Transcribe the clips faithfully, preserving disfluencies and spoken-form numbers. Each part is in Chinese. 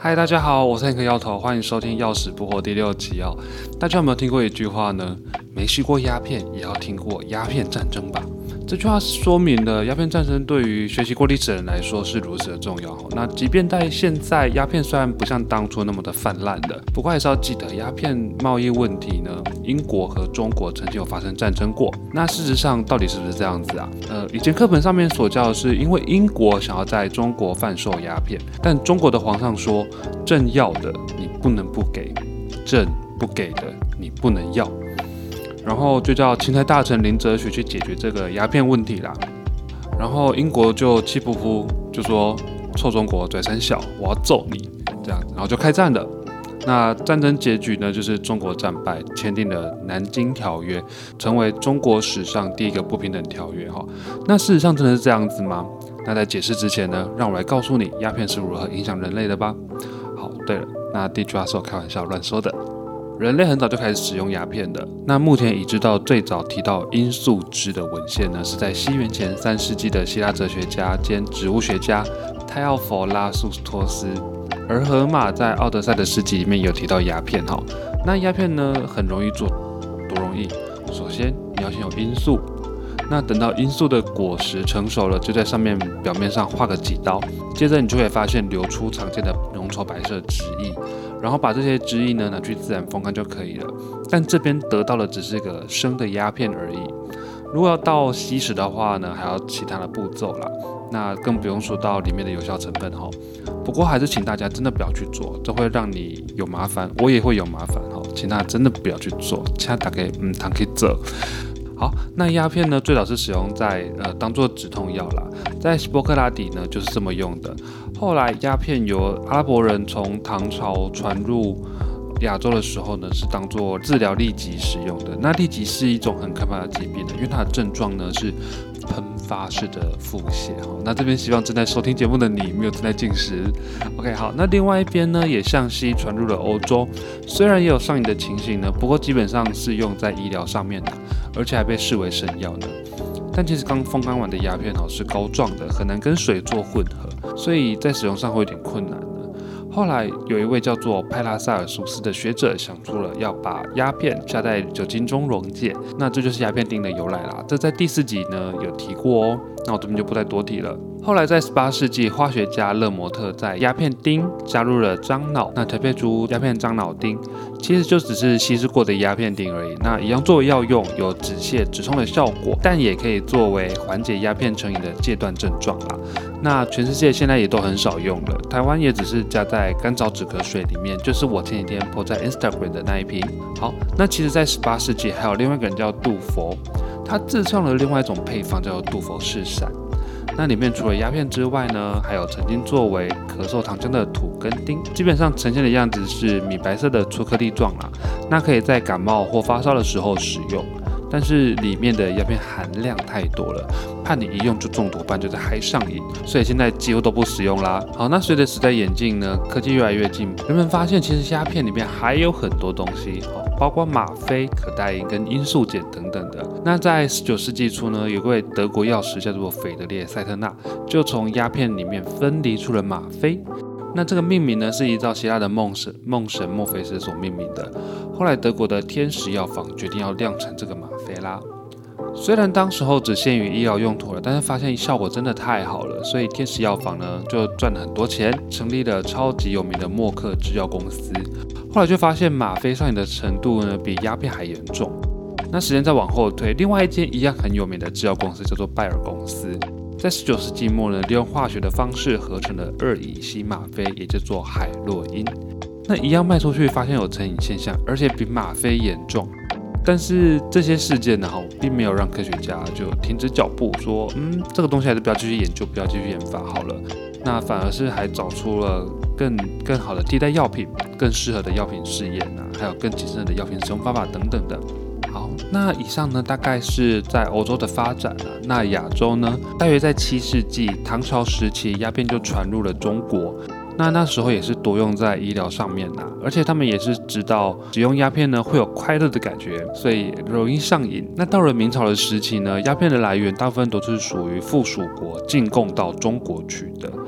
嗨，大家好，我是黑客药头，欢迎收听药史不惑第六集哦。大家有没有听过一句话呢？没吸过鸦片，也要听过鸦片战争吧？这句话说明了鸦片战争对于学习过历史的人来说是如此的重要。那即便在现在，鸦片虽然不像当初那么的泛滥的，不过还是要记得鸦片贸易问题呢，英国和中国曾经有发生战争过。那事实上到底是不是这样子啊？呃，以前课本上面所教的是，因为英国想要在中国贩售鸦片，但中国的皇上说，朕要的你不能不给，朕不给的你不能要。然后就叫钦差大臣林则徐去解决这个鸦片问题啦。然后英国就气扑扑就说臭中国拽三小，我要揍你这样，然后就开战了。那战争结局呢，就是中国战败，签订了南京条约，成为中国史上第一个不平等条约哈。那事实上真的是这样子吗？那在解释之前呢，让我来告诉你鸦片是如何影响人类的吧。好，对了，那第一句话是我开玩笑乱说的。人类很早就开始使用鸦片的。那目前已知道最早提到罂粟汁的文献呢，是在西元前三世纪的希腊哲学家兼植物学家泰奥佛拉苏托斯。而荷马在《奥德赛》的诗集里面有提到鸦片哈。那鸦片呢很容易做，多容易？首先你要先有罂粟，那等到罂粟的果实成熟了，就在上面表面上画个几刀，接着你就会发现流出常见的浓稠白色汁液。然后把这些汁液呢拿去自然风干就可以了，但这边得到的只是个生的鸦片而已。如果要到吸食的话呢，还要其他的步骤啦，那更不用说到里面的有效成分哈。不过还是请大家真的不要去做，这会让你有麻烦，我也会有麻烦哈，请大家真的不要去做，请大家嗯，堂可以做。好，那鸦片呢，最早是使用在呃当做止痛药啦，在希波克拉底呢就是这么用的。后来鸦片由阿拉伯人从唐朝传入亚洲的时候呢，是当做治疗痢疾使用的。那痢疾是一种很可怕的疾病的，因为它的症状呢是喷发式的腹泻。那这边希望正在收听节目的你没有正在进食。OK， 好，那另外一边呢也向西传入了欧洲，虽然也有上瘾的情形呢，不过基本上是用在医疗上面的，而且还被视为神药呢。但其实刚风干完的鸦片是膏状的，很难跟水做混合，所以在使用上会有点困难的。后来有一位叫做派拉萨尔苏斯的学者想出了要把鸦片加在酒精中溶解，那这就是鸦片酊的由来啦。这在第四集呢有提过哦，那我这边就不再多提了。后来在十八世纪，化学家勒摩特在鸦片酊加入了樟脑，那调配出鸦片樟脑酊，其实就只是稀释过的鸦片酊而已。那一样作为药用，有止泻止痛的效果，但也可以作为缓解鸦片成瘾的戒断症状啦。那全世界现在也都很少用了，台湾也只是加在干燥止咳水里面，就是我前几天 po 在 Instagram 的那一瓶。好，那其实在十八世纪还有另外一个人叫杜佛，他自创了另外一种配方叫做杜佛士散。那里面除了鸦片之外呢，还有曾经作为咳嗽糖浆的土根丁，基本上呈现的样子是米白色的粗颗粒状啦。那可以在感冒或发烧的时候使用，但是里面的鸦片含量太多了，怕你一用就中毒，不然就是还上瘾，所以现在几乎都不使用啦。好，那随着时代演进呢，科技越来越进步，人们发现其实鸦片里面还有很多东西，包括吗啡、可待因跟罂粟碱等等的。那在十九世纪初呢，有位德国药师叫做腓德烈塞特纳，就从鸦片里面分离出了吗啡。那这个命名呢，是依照希腊的梦神梦神墨菲斯所命名的。后来德国的天使药房决定要量产这个吗啡啦。虽然当时候只限于医疗用途了，但是发现效果真的太好了，所以天使药房呢就赚了很多钱，成立了超级有名的默克制药公司。后来就发现吗啡上瘾的程度呢比鸦片还严重。那时间再往后推，另外一间一样很有名的制药公司叫做拜耳公司，在十九世纪末呢，利用化学的方式合成了二乙烯吗啡，也叫做海洛因。那一样卖出去，发现有成瘾现象，而且比吗啡严重。但是这些事件呢，并没有让科学家就停止脚步，说，嗯，这个东西还是不要继续研究，不要继续研发好了。那反而是还找出了更更好的替代药品，更适合的药品试验啊，还有更谨慎的药品使用方法等等的。好，那以上呢大概是在欧洲的发展啊。那亚洲呢，大约在七世纪唐朝时期，鸦片就传入了中国。那那时候也是多用在医疗上面啊，而且他们也是知道使用鸦片呢会有快乐的感觉，所以容易上瘾。那到了明朝的时期呢，鸦片的来源大部分都是属于附属国进贡到中国去的。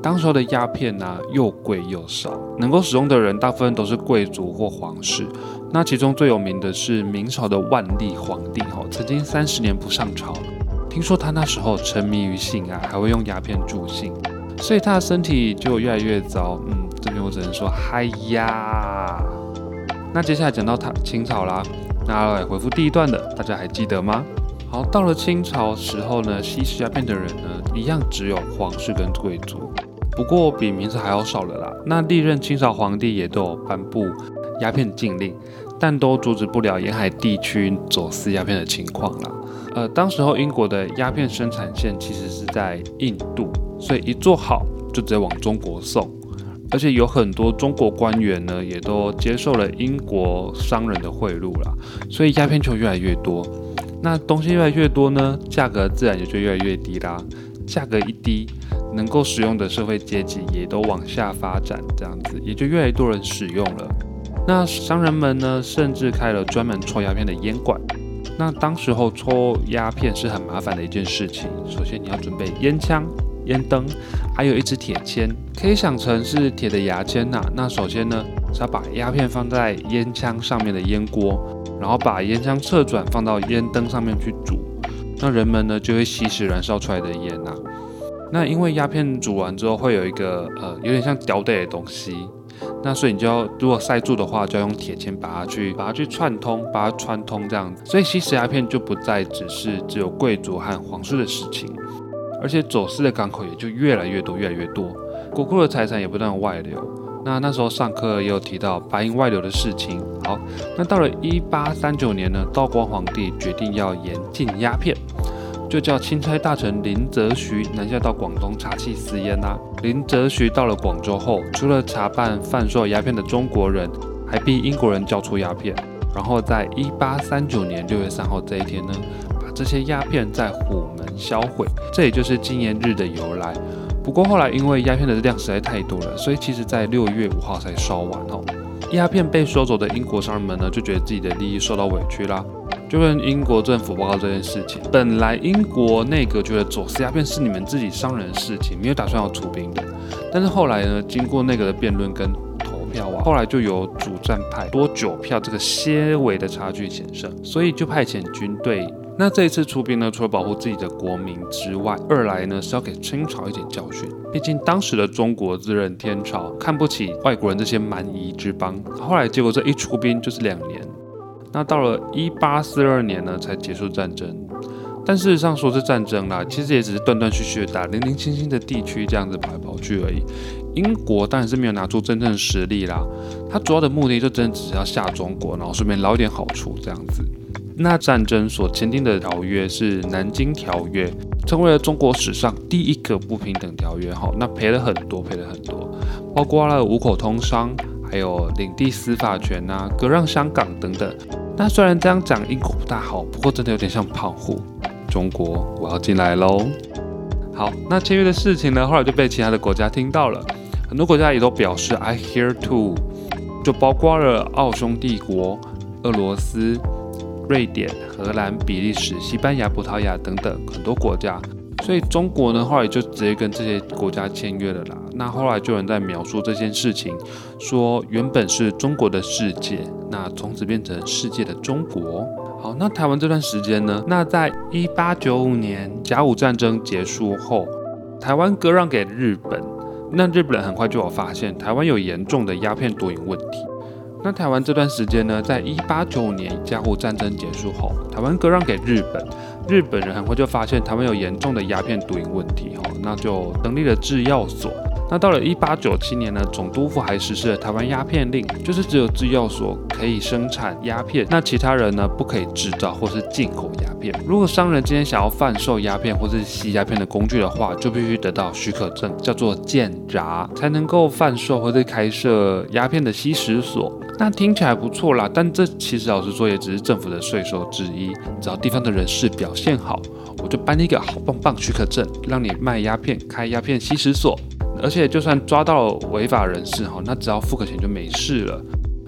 当时候的鸦片啊又贵又少，能够使用的人大部分都是贵族或皇室。那其中最有名的是明朝的万历皇帝哦，曾经三十年不上朝，听说他那时候沉迷于性爱，还会用鸦片助兴，所以他的身体就越来越糟。嗯，这边我只能说嗨呀。那接下来讲到他清朝啦，那来回复第一段的，大家还记得吗？好，到了清朝时候呢，吸食鸦片的人呢，一样只有皇室跟贵族，不过比明朝还要少了啦。那历任清朝皇帝也都有颁布鸦片禁令，但都阻止不了沿海地区走私鸦片的情况啦。呃，当时候英国的鸦片生产线其实是在印度，所以一做好就直接往中国送，而且有很多中国官员呢，也都接受了英国商人的贿赂啦，所以鸦片就越来越多。那东西越来越多呢，价格自然也就越来越低啦。价格一低，能够使用的社会阶级也都往下发展，这样子也就越来越多人使用了。那商人们呢，甚至开了专门抽鸦片的烟馆。那当时候抽鸦片是很麻烦的一件事情，首先你要准备烟枪、烟灯，还有一支铁签，可以想成是铁的牙签呐、啊。那首先呢，是要把鸦片放在烟枪上面的烟锅，然后把烟枪侧转放到烟灯上面去煮。那人们呢就会吸食燃烧出来的烟呐、啊。那因为鸦片煮完之后会有一个呃有点像吊带的东西，那所以你就要如果塞住的话，就要用铁签把它去把它去串通，把它穿通这样子。所以吸食鸦片就不再只是只有贵族和皇室的事情，而且走私的港口也就越来越多越来越多，国库的财产也不断外流。那那时候上课也有提到白银外流的事情。好，那到了一八三九年呢，道光皇帝决定要严禁鸦片，就叫钦差大臣林则徐南下到广东查缉私烟啦。林则徐到了广州后，除了查办贩售鸦片的中国人，还逼英国人交出鸦片。然后在一八三九年六月三号这一天呢，把这些鸦片在虎门销毁，这也就是纪念日的由来。不过后来因为鸦片的量实在太多了，所以其实在六月五号才烧完哦。鸦片被收走的英国商人们呢，就觉得自己的利益受到委屈啦，就跟英国政府报告这件事情。本来英国内阁觉得走私鸦片是你们自己商人的事情，没有打算要出兵的。但是后来呢，经过内阁的辩论跟投票啊，后来就有主战派多九票这个些微的差距险胜，所以就派遣军队。那这一次出兵呢，除了保护自己的国民之外，二来呢是要给清朝一点教训。毕竟当时的中国自认天朝，看不起外国人这些蛮夷之邦。后来结果这一出兵就是两年。那到了一八四二年呢，才结束战争。但事实上说是战争啦，其实也只是断断续续的打零零星星的地区这样子跑来跑去而已。英国当然是没有拿出真正的实力啦，它主要的目的就真的只是要下中国，然后顺便捞一点好处这样子。那战争所签订的条约是南京条约，成为了中国史上第一个不平等条约。好，那赔了很多，赔了很多，包括了五口通商，还有领地司法权啊，割让香港等等。那虽然这样讲英国不大好，不过真的有点像胖虎。中国，我要进来喽！好，那签约的事情呢，后来就被其他的国家听到了，很多国家也都表示 I hear too， 就包括了奥匈帝国、俄罗斯、瑞典、荷兰、比利时、西班牙、葡萄牙等等很多国家。所以中国呢，后来就直接跟这些国家签约了啦。那后来就有人在描述这件事情，说原本是中国的世界，那从此变成世界的中国。好，那台湾这段时间呢？那在一八九五年甲午战争结束后，台湾割让给日本。那日本人很快就有发现台湾有严重的鸦片毒瘾问题。那台湾这段时间呢，在一八九五年甲午战争结束后，台湾割让给日本，日本人很快就发现台湾有严重的鸦片毒瘾问题，那就成立了制药所。那到了一八九七年呢，总督府还实施了台湾鸦片令，就是只有制药所可以生产鸦片，那其他人呢不可以制造或是进口鸦片。如果商人今天想要贩售鸦片或是吸鸦片的工具的话，就必须得到许可证，叫做建闸，才能够贩售或是开设鸦片的吸食所。那听起来不错啦，但这其实老实说也只是政府的税收之一，只要地方的人士表现好，我就颁一个好棒棒许可证，让你卖鸦片、开鸦片吸食所。而且就算抓到了违法人士，那只要付个钱就没事了。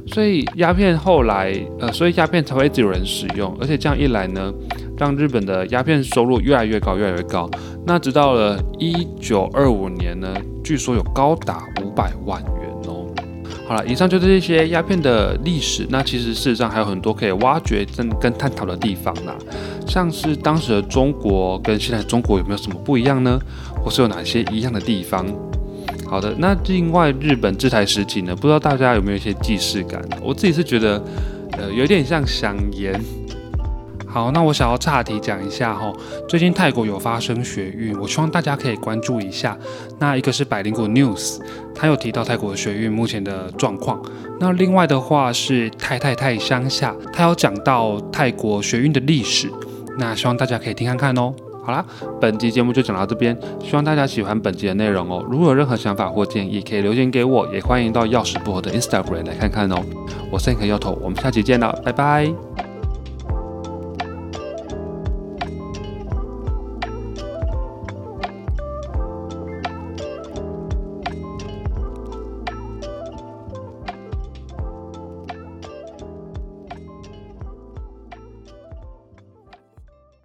所以鸦片后来，呃，所以鸦片才会一直有人使用，而且这样一来呢，让日本的鸦片收入越来越高，越来越高。那直到了一九二五年呢，据说有高达五百万元哦。好了，以上就是一些鸦片的历史。那其实事实上还有很多可以挖掘跟探讨的地方啦，像是当时的中国跟现在的中国有没有什么不一样呢？或是有哪些一样的地方？好的，那另外日本治台时期呢，不知道大家有没有一些既视感？我自己是觉得，呃，有点像香烟。好，那我想要岔题讲一下哈，最近泰国有发生学运，我希望大家可以关注一下。那一个是百灵果 News， 他有提到泰国的学运目前的状况。那另外的话是太太太乡下，他有讲到泰国学运的历史，那希望大家可以听看看哦。好啦，本集节目就讲到这边，希望大家喜欢本集的内容哦。如果有任何想法或建议，可以留言给我，也欢迎到钥匙薄荷的 Instagram 来看看哦。我是 Hank 药头，我们下期见了，拜拜。